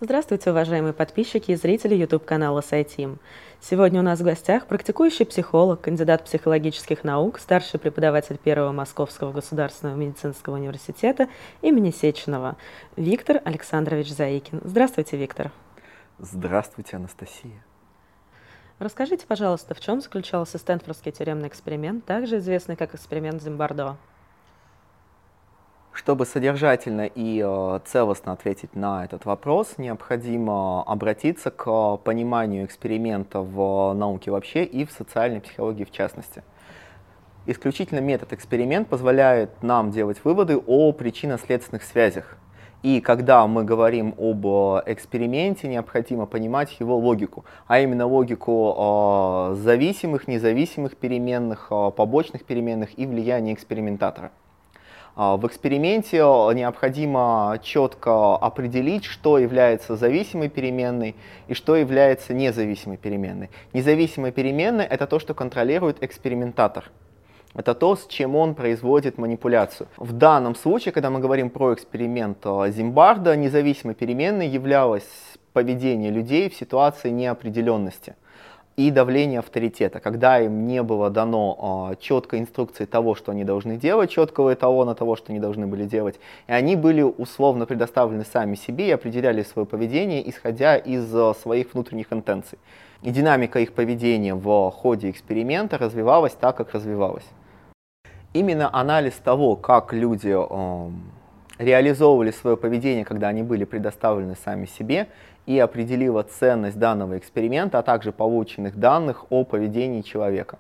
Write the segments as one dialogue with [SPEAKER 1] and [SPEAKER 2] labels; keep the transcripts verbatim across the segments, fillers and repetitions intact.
[SPEAKER 1] Здравствуйте, уважаемые подписчики и зрители YouTube-канала Сайтим. Сегодня у нас в гостях практикующий психолог, кандидат психологических наук, старший преподаватель Первого Московского государственного медицинского университета имени Сеченова Виктор Александрович Заикин. Здравствуйте, Виктор.
[SPEAKER 2] Здравствуйте, Анастасия.
[SPEAKER 1] Расскажите, пожалуйста, в чем заключался Стэнфордский тюремный эксперимент, также известный как эксперимент Зимбардо?
[SPEAKER 2] Чтобы содержательно и э, целостно ответить на этот вопрос, необходимо обратиться к пониманию эксперимента в науке вообще и в социальной психологии в частности. Исключительно метод эксперимент позволяет нам делать выводы о причинно-следственных связях. И когда мы говорим об эксперименте, необходимо понимать его логику, а именно логику э, зависимых, независимых переменных, э, побочных переменных и влияния экспериментатора. В эксперименте необходимо четко определить, что является зависимой переменной и что является независимой переменной. Независимая переменная — это то, что контролирует экспериментатор. Это то, с чем он производит манипуляцию. В данном случае, когда мы говорим про эксперимент Зимбардо, независимой переменной являлось поведение людей в ситуации неопределенности и давление авторитета, когда им не было дано э, четкой инструкции того, что они должны делать, четкого эталона того, что они должны были делать, и они были условно предоставлены сами себе и определяли свое поведение, исходя из э, своих внутренних интенций. И динамика их поведения в ходе эксперимента развивалась так, как развивалась. Именно анализ того, как люди э, реализовывали свое поведение, когда они были предоставлены сами себе, и определила ценность данного эксперимента, а также полученных данных о поведении человека.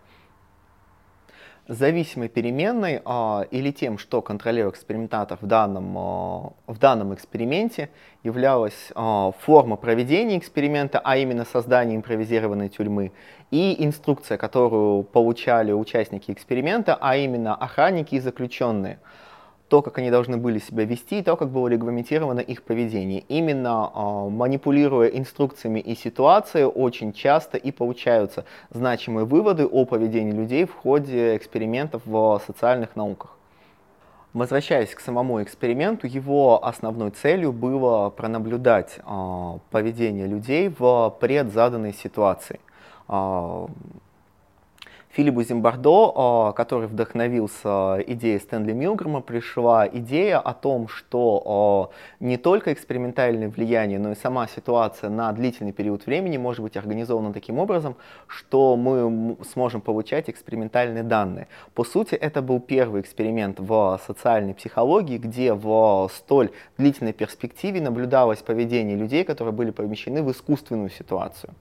[SPEAKER 2] Зависимой переменной а, или тем, что контролирует экспериментатор в данном, а, в данном эксперименте, являлась а, форма проведения эксперимента, а именно создание импровизированной тюрьмы, и инструкция, которую получали участники эксперимента, а именно охранники и заключенные. То, как они должны были себя вести, и то, как было регламентировано их поведение. Именно э, манипулируя инструкциями и ситуацией, очень часто и получаются значимые выводы о поведении людей в ходе экспериментов в социальных науках. Возвращаясь к самому эксперименту, его основной целью было пронаблюдать э, поведение людей в предзаданной ситуации. Э, Филиппу Зимбардо, который вдохновился идеей Стэнли Милгрэма, пришла идея о том, что не только экспериментальное влияние, но и сама ситуация на длительный период времени может быть организована таким образом, что мы сможем получать экспериментальные данные. По сути, это был первый эксперимент в социальной психологии, где в столь длительной перспективе наблюдалось поведение людей, которые были помещены в искусственную ситуацию.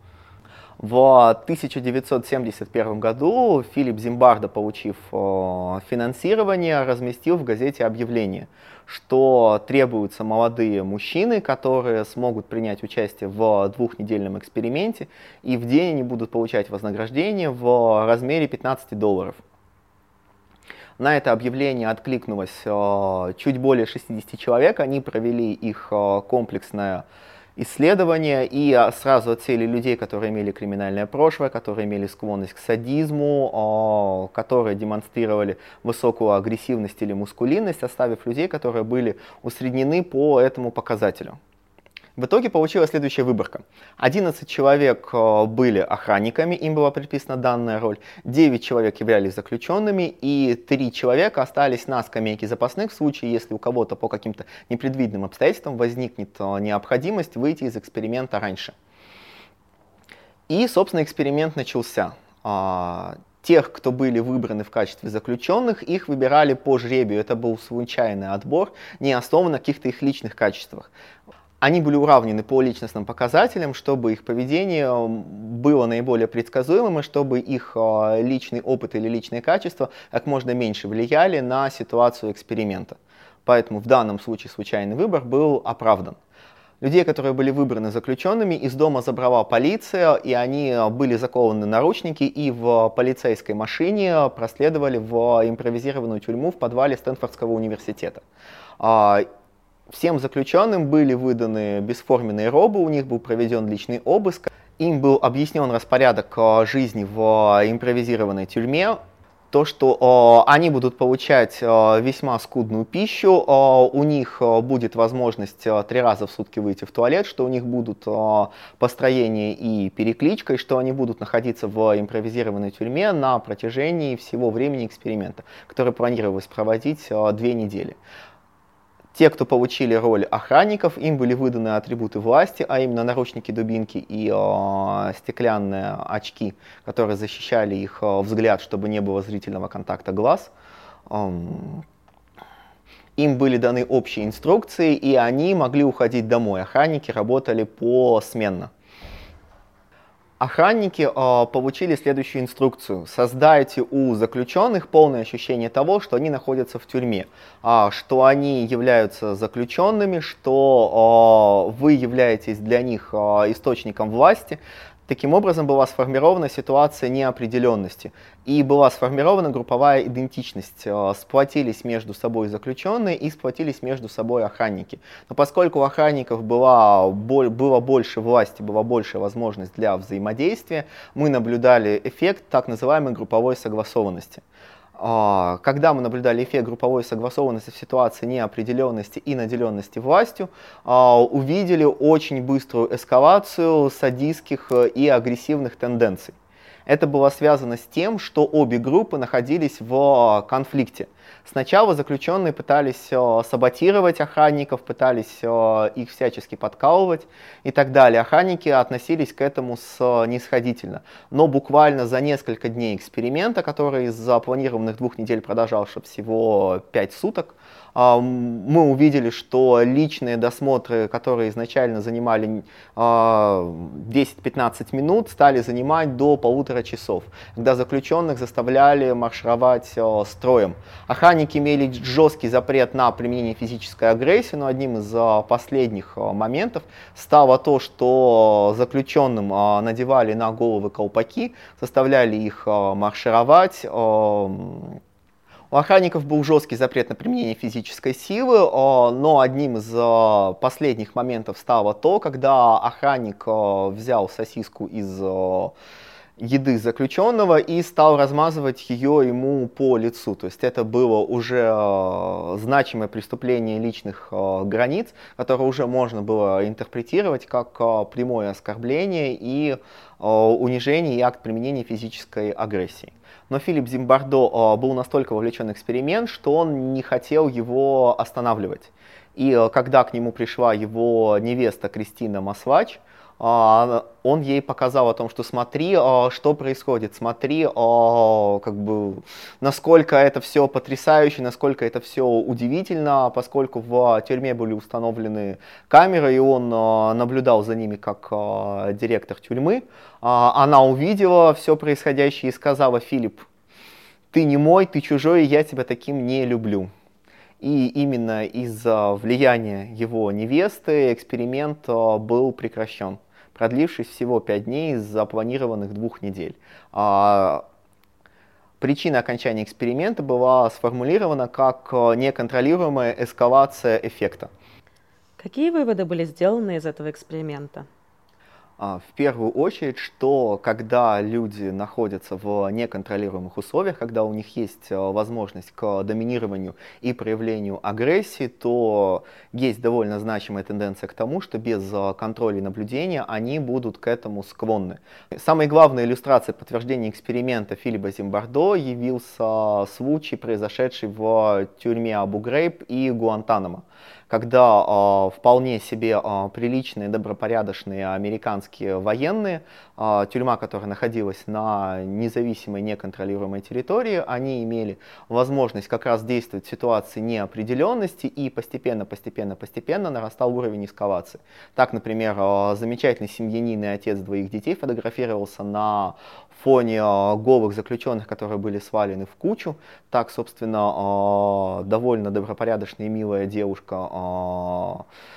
[SPEAKER 2] В тысяча девятьсот семьдесят первом году Филипп Зимбардо, получив э, финансирование, разместил в газете объявление, что требуются молодые мужчины, которые смогут принять участие в двухнедельном эксперименте, и в день они будут получать вознаграждение в размере пятнадцати долларов. На это объявление откликнулось э, чуть более шестидесяти человек, они провели их э, комплексное исследования и сразу отсеяли людей, которые имели криминальное прошлое, которые имели склонность к садизму, которые демонстрировали высокую агрессивность или мускулинность, оставив людей, которые были усреднены по этому показателю. В итоге получилась следующая выборка. одиннадцать человек были охранниками, им была приписана данная роль, девять человек являлись заключенными, и три человека остались на скамейке запасных в случае, если у кого-то по каким-то непредвиденным обстоятельствам возникнет необходимость выйти из эксперимента раньше. И, собственно, эксперимент начался. Тех, кто были выбраны в качестве заключенных, их выбирали по жребию. Это был случайный отбор, не основан на каких-то их личных качествах. Они были уравнены по личностным показателям, чтобы их поведение было наиболее предсказуемым, и чтобы их личный опыт или личные качества как можно меньше влияли на ситуацию эксперимента. Поэтому в данном случае случайный выбор был оправдан. Людей, которые были выбраны заключенными, из дома забрала полиция, и они были закованы в наручники и в полицейской машине проследовали в импровизированную тюрьму в подвале Стэнфордского университета. Всем заключенным были выданы бесформенные робы, у них был проведен личный обыск, им был объяснен распорядок жизни в импровизированной тюрьме, То, что э, они будут получать э, весьма скудную пищу, э, у них э, будет возможность э, три раза в сутки выйти в туалет, что у них будут э, построение и перекличка, и что они будут находиться в импровизированной тюрьме на протяжении всего времени эксперимента, который планировалось проводить э, две недели. Те, кто получили роль охранников, им были выданы атрибуты власти, а именно наручники, дубинки и э, стеклянные очки, которые защищали их э, взгляд, чтобы не было зрительного контакта глаз. Эм, им были даны общие инструкции, и они могли уходить домой. Охранники работали посменно. Охранники э, получили следующую инструкцию. Создайте у заключенных полное ощущение того, что они находятся в тюрьме, э, что они являются заключенными, что э, вы являетесь для них э, источником власти. Таким образом была сформирована ситуация неопределенности и была сформирована групповая идентичность. Сплотились между собой заключенные и сплотились между собой охранники. Но поскольку у охранников была, было больше власти, была больше возможность для взаимодействия, мы наблюдали эффект так называемой групповой согласованности. Когда мы наблюдали эффект групповой согласованности в ситуации неопределенности и наделенности властью, увидели очень быструю эскалацию садистских и агрессивных тенденций. Это было связано с тем, что обе группы находились в конфликте. Сначала заключенные пытались саботировать охранников, пытались их всячески подкалывать и так далее. Охранники относились к этому снисходительно. Но буквально за несколько дней эксперимента, который из запланированных двух недель продолжался всего пять суток, мы увидели, что личные досмотры, которые изначально занимали десять-пятнадцать минут, стали занимать до полутора часов, когда заключенных заставляли маршировать строем. Охранники имели жесткий запрет на применение физической агрессии, но одним из последних моментов стало то, что заключенным надевали на головы колпаки, заставляли их маршировать. У охранников был жесткий запрет на применение физической силы, но одним из последних моментов стало то, когда охранник взял сосиску из еды заключенного и стал размазывать ее ему по лицу. То есть это было уже значимое преступление личных границ, которое уже можно было интерпретировать как прямое оскорбление и унижение и акт применения физической агрессии. Но Филипп Зимбардо был настолько вовлечен в эксперимент, что он не хотел его останавливать. И когда к нему пришла его невеста Кристина Маслач, он ей показал о том, что смотри, что происходит, смотри, как бы, насколько это все потрясающе, насколько это все удивительно, поскольку в тюрьме были установлены камеры, и он наблюдал за ними как директор тюрьмы. Она увидела все происходящее и сказала: Филипп, ты не мой, ты чужой, и я тебя таким не люблю. И именно из-за влияния его невесты эксперимент был прекращен, продлившись всего пять дней из запланированных двух недель. Причина окончания эксперимента была сформулирована как неконтролируемая эскалация эффекта.
[SPEAKER 1] Какие выводы были сделаны из этого эксперимента?
[SPEAKER 2] В первую очередь, что когда люди находятся в неконтролируемых условиях, когда у них есть возможность к доминированию и проявлению агрессии, то есть довольно значимая тенденция к тому, что без контроля и наблюдения они будут к этому склонны. Самой главной иллюстрацией подтверждения эксперимента Филиппа Зимбардо явился случай, произошедший в тюрьме Абу-Грейб и Гуантанамо, когда э, вполне себе э, приличные, добропорядочные американские военные, э, тюрьма, которая находилась на независимой, неконтролируемой территории, они имели возможность как раз действовать в ситуации неопределенности, и постепенно, постепенно, постепенно нарастал уровень эскалации. Так, например, э, замечательный семьянин и отец двоих детей фотографировался на фоне э, голых заключенных, которые были свалены в кучу. Так, собственно, э, довольно добропорядочная и милая девушка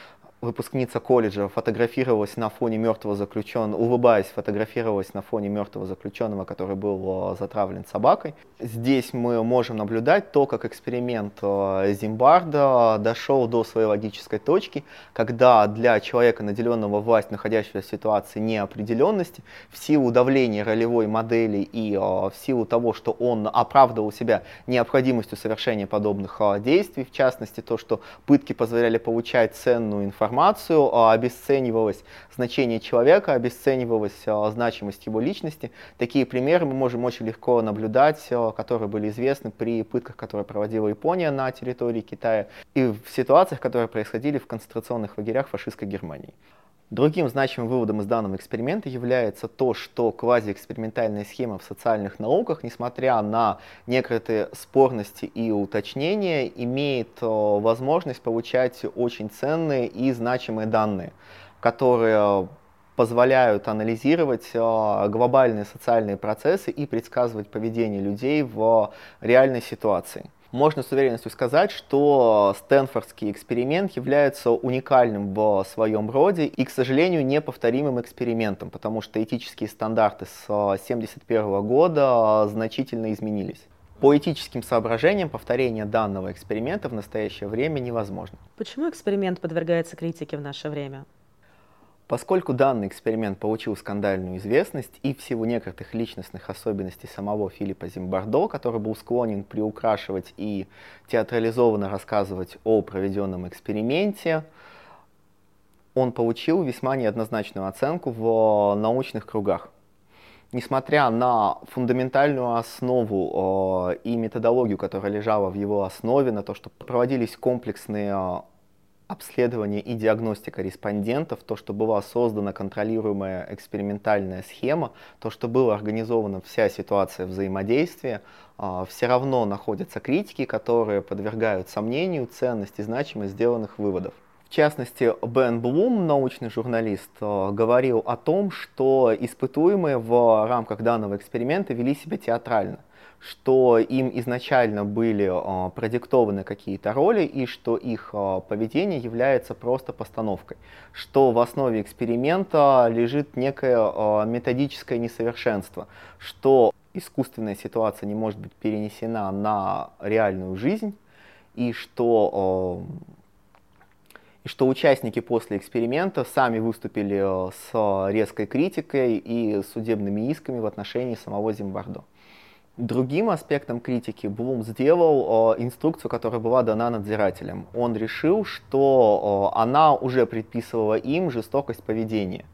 [SPEAKER 2] выпускница колледжа фотографировалась на фоне мертвого заключенного, улыбаясь, фотографировалась на фоне мертвого заключенного, который был затравлен собакой. Здесь мы можем наблюдать то, как эксперимент Зимбарда дошел до своей логической точки, когда для человека, наделенного властью, находящегося в ситуации неопределенности, в силу давления ролевой модели и в силу того, что он оправдывал себя необходимостью совершения подобных действий, в частности, то, что пытки позволяли получать ценную информацию, обесценивалось значение человека, обесценивалась значимость его личности. Такие примеры мы можем очень легко наблюдать, которые были известны при пытках, которые проводила Япония на территории Китая, и в ситуациях, которые происходили в концентрационных лагерях фашистской Германии. Другим значимым выводом из данного эксперимента является то, что квазиэкспериментальная схема в социальных науках, несмотря на некоторые спорности и уточнения, имеет возможность получать очень ценные и значимые данные, которые позволяют анализировать глобальные социальные процессы и предсказывать поведение людей в реальной ситуации. Можно с уверенностью сказать, что Стэнфордский эксперимент является уникальным в своем роде и, к сожалению, неповторимым экспериментом, потому что этические стандарты с тысяча девятьсот семьдесят первого года значительно изменились. По этическим соображениям повторение данного эксперимента в настоящее время невозможно.
[SPEAKER 1] Почему эксперимент подвергается критике в наше время?
[SPEAKER 2] Поскольку данный эксперимент получил скандальную известность и в силу некоторых личностных особенностей самого Филиппа Зимбардо, который был склонен приукрашивать и театрализованно рассказывать о проведенном эксперименте, он получил весьма неоднозначную оценку в научных кругах. Несмотря на фундаментальную основу э, и методологию, которая лежала в его основе, на то, что проводились комплексные обследование и диагностика респондентов, то, что была создана контролируемая экспериментальная схема, то, что была организована вся ситуация взаимодействия, все равно находятся критики, которые подвергают сомнению ценность и значимость сделанных выводов. В частности, Бен Блум, научный журналист, говорил о том, что испытуемые в рамках данного эксперимента вели себя театрально, что им изначально были э, продиктованы какие-то роли и что их э, поведение является просто постановкой, что в основе эксперимента лежит некое э, методическое несовершенство, что искусственная ситуация не может быть перенесена на реальную жизнь и что, э, и что участники после эксперимента сами выступили с резкой критикой и судебными исками в отношении самого Зимбардо. Другим аспектом критики Блум сделал э, инструкцию, которая была дана надзирателям. Он решил, что э, она уже предписывала им жестокость поведения.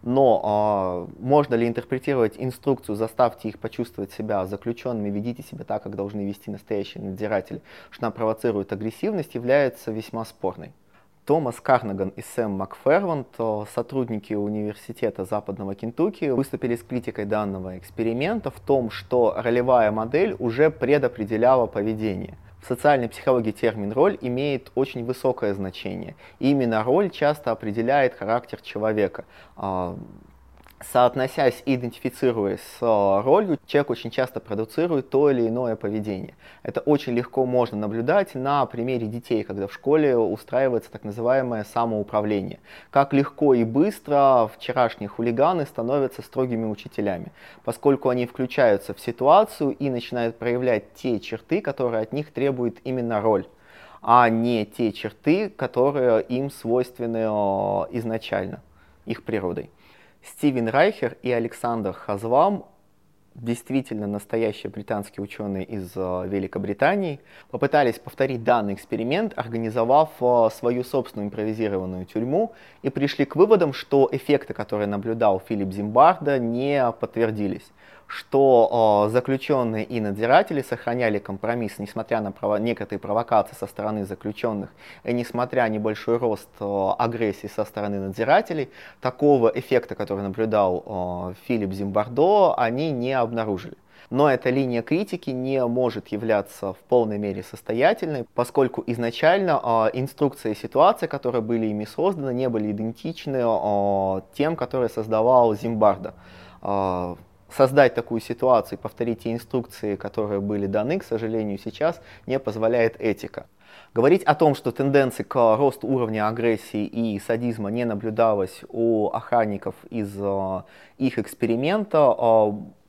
[SPEAKER 2] Но э, можно ли интерпретировать инструкцию «заставьте их почувствовать себя заключенными, ведите себя так, как должны вести настоящие надзиратели», что она провоцирует агрессивность, является весьма спорной. Томас Карнаган и Сэм Макфервант, сотрудники университета Западного Кентукки, выступили с критикой данного эксперимента в том, что ролевая модель уже предопределяла поведение. В социальной психологии термин «роль» имеет очень высокое значение. И именно роль часто определяет характер человека. Соотносясь и идентифицируясь с ролью, человек очень часто продуцирует то или иное поведение. Это очень легко можно наблюдать на примере детей, когда в школе устраивается так называемое самоуправление. Как легко и быстро вчерашние хулиганы становятся строгими учителями, поскольку они включаются в ситуацию и начинают проявлять те черты, которые от них требует именно роль, а не те черты, которые им свойственны изначально, их природой. Стивен Райхер и Александр Хазвам, действительно настоящие британские ученые из э, Великобритании, попытались повторить данный эксперимент, организовав э, свою собственную импровизированную тюрьму, и пришли к выводам, что эффекты, которые наблюдал Филипп Зимбардо, не подтвердились, что э, заключенные и надзиратели сохраняли компромисс, несмотря на прово- некоторые провокации со стороны заключенных и несмотря на небольшой рост э, агрессии со стороны надзирателей, такого эффекта, который наблюдал э, Филипп Зимбардо, они не обнаружили. Но эта линия критики не может являться в полной мере состоятельной, поскольку изначально э, инструкции и ситуации, которые были ими созданы, не были идентичны э, тем, которые создавал Зимбардо. Э, создать такую ситуацию и повторить те инструкции, которые были даны, к сожалению, сейчас не позволяет этика. Говорить о том, что тенденции к росту уровня агрессии и садизма не наблюдалось у охранников из их эксперимента,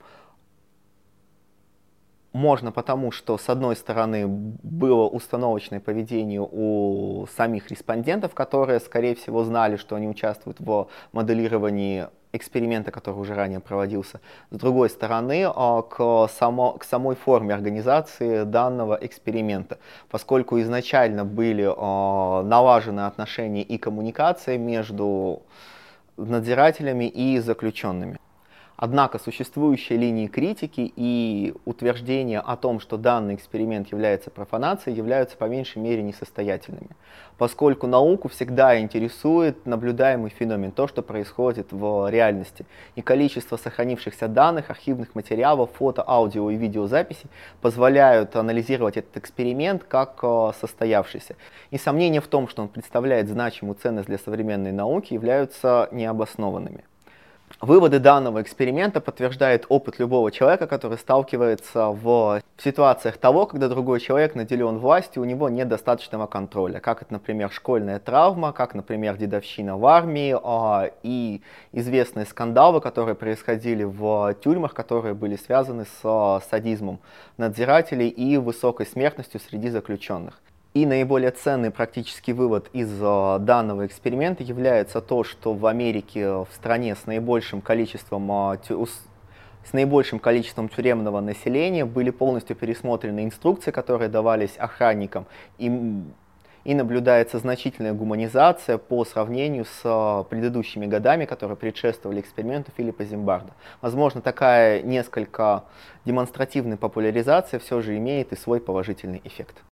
[SPEAKER 2] можно потому, что, с одной стороны, было установочное поведение у самих респондентов, которые, скорее всего, знали, что они участвуют в моделировании эксперимента, который уже ранее проводился. С другой стороны, к, само, к самой форме организации данного эксперимента, поскольку изначально были налажены отношения и коммуникация между надзирателями и заключенными. Однако существующие линии критики и утверждения о том, что данный эксперимент является профанацией, являются по меньшей мере несостоятельными, поскольку науку всегда интересует наблюдаемый феномен, то, что происходит в реальности. И количество сохранившихся данных, архивных материалов, фото, аудио и видеозаписей позволяют анализировать этот эксперимент как состоявшийся. И сомнения в том, что он представляет значимую ценность для современной науки, являются необоснованными. Выводы данного эксперимента подтверждают опыт любого человека, который сталкивается в ситуациях того, когда другой человек наделен властью, у него нет достаточного контроля. Как это, например, школьная травма, как, например, дедовщина в армии и известные скандалы, которые происходили в тюрьмах, которые были связаны с садизмом надзирателей и высокой смертностью среди заключенных. И наиболее ценный практический вывод из uh, данного эксперимента является то, что в Америке, в стране с наибольшим количеством, uh, тю, с наибольшим количеством тюремного населения, были полностью пересмотрены инструкции, которые давались охранникам, и, и наблюдается значительная гуманизация по сравнению с uh, предыдущими годами, которые предшествовали эксперименту Филиппа Зимбарда. Возможно, такая несколько демонстративная популяризация все же имеет и свой положительный эффект.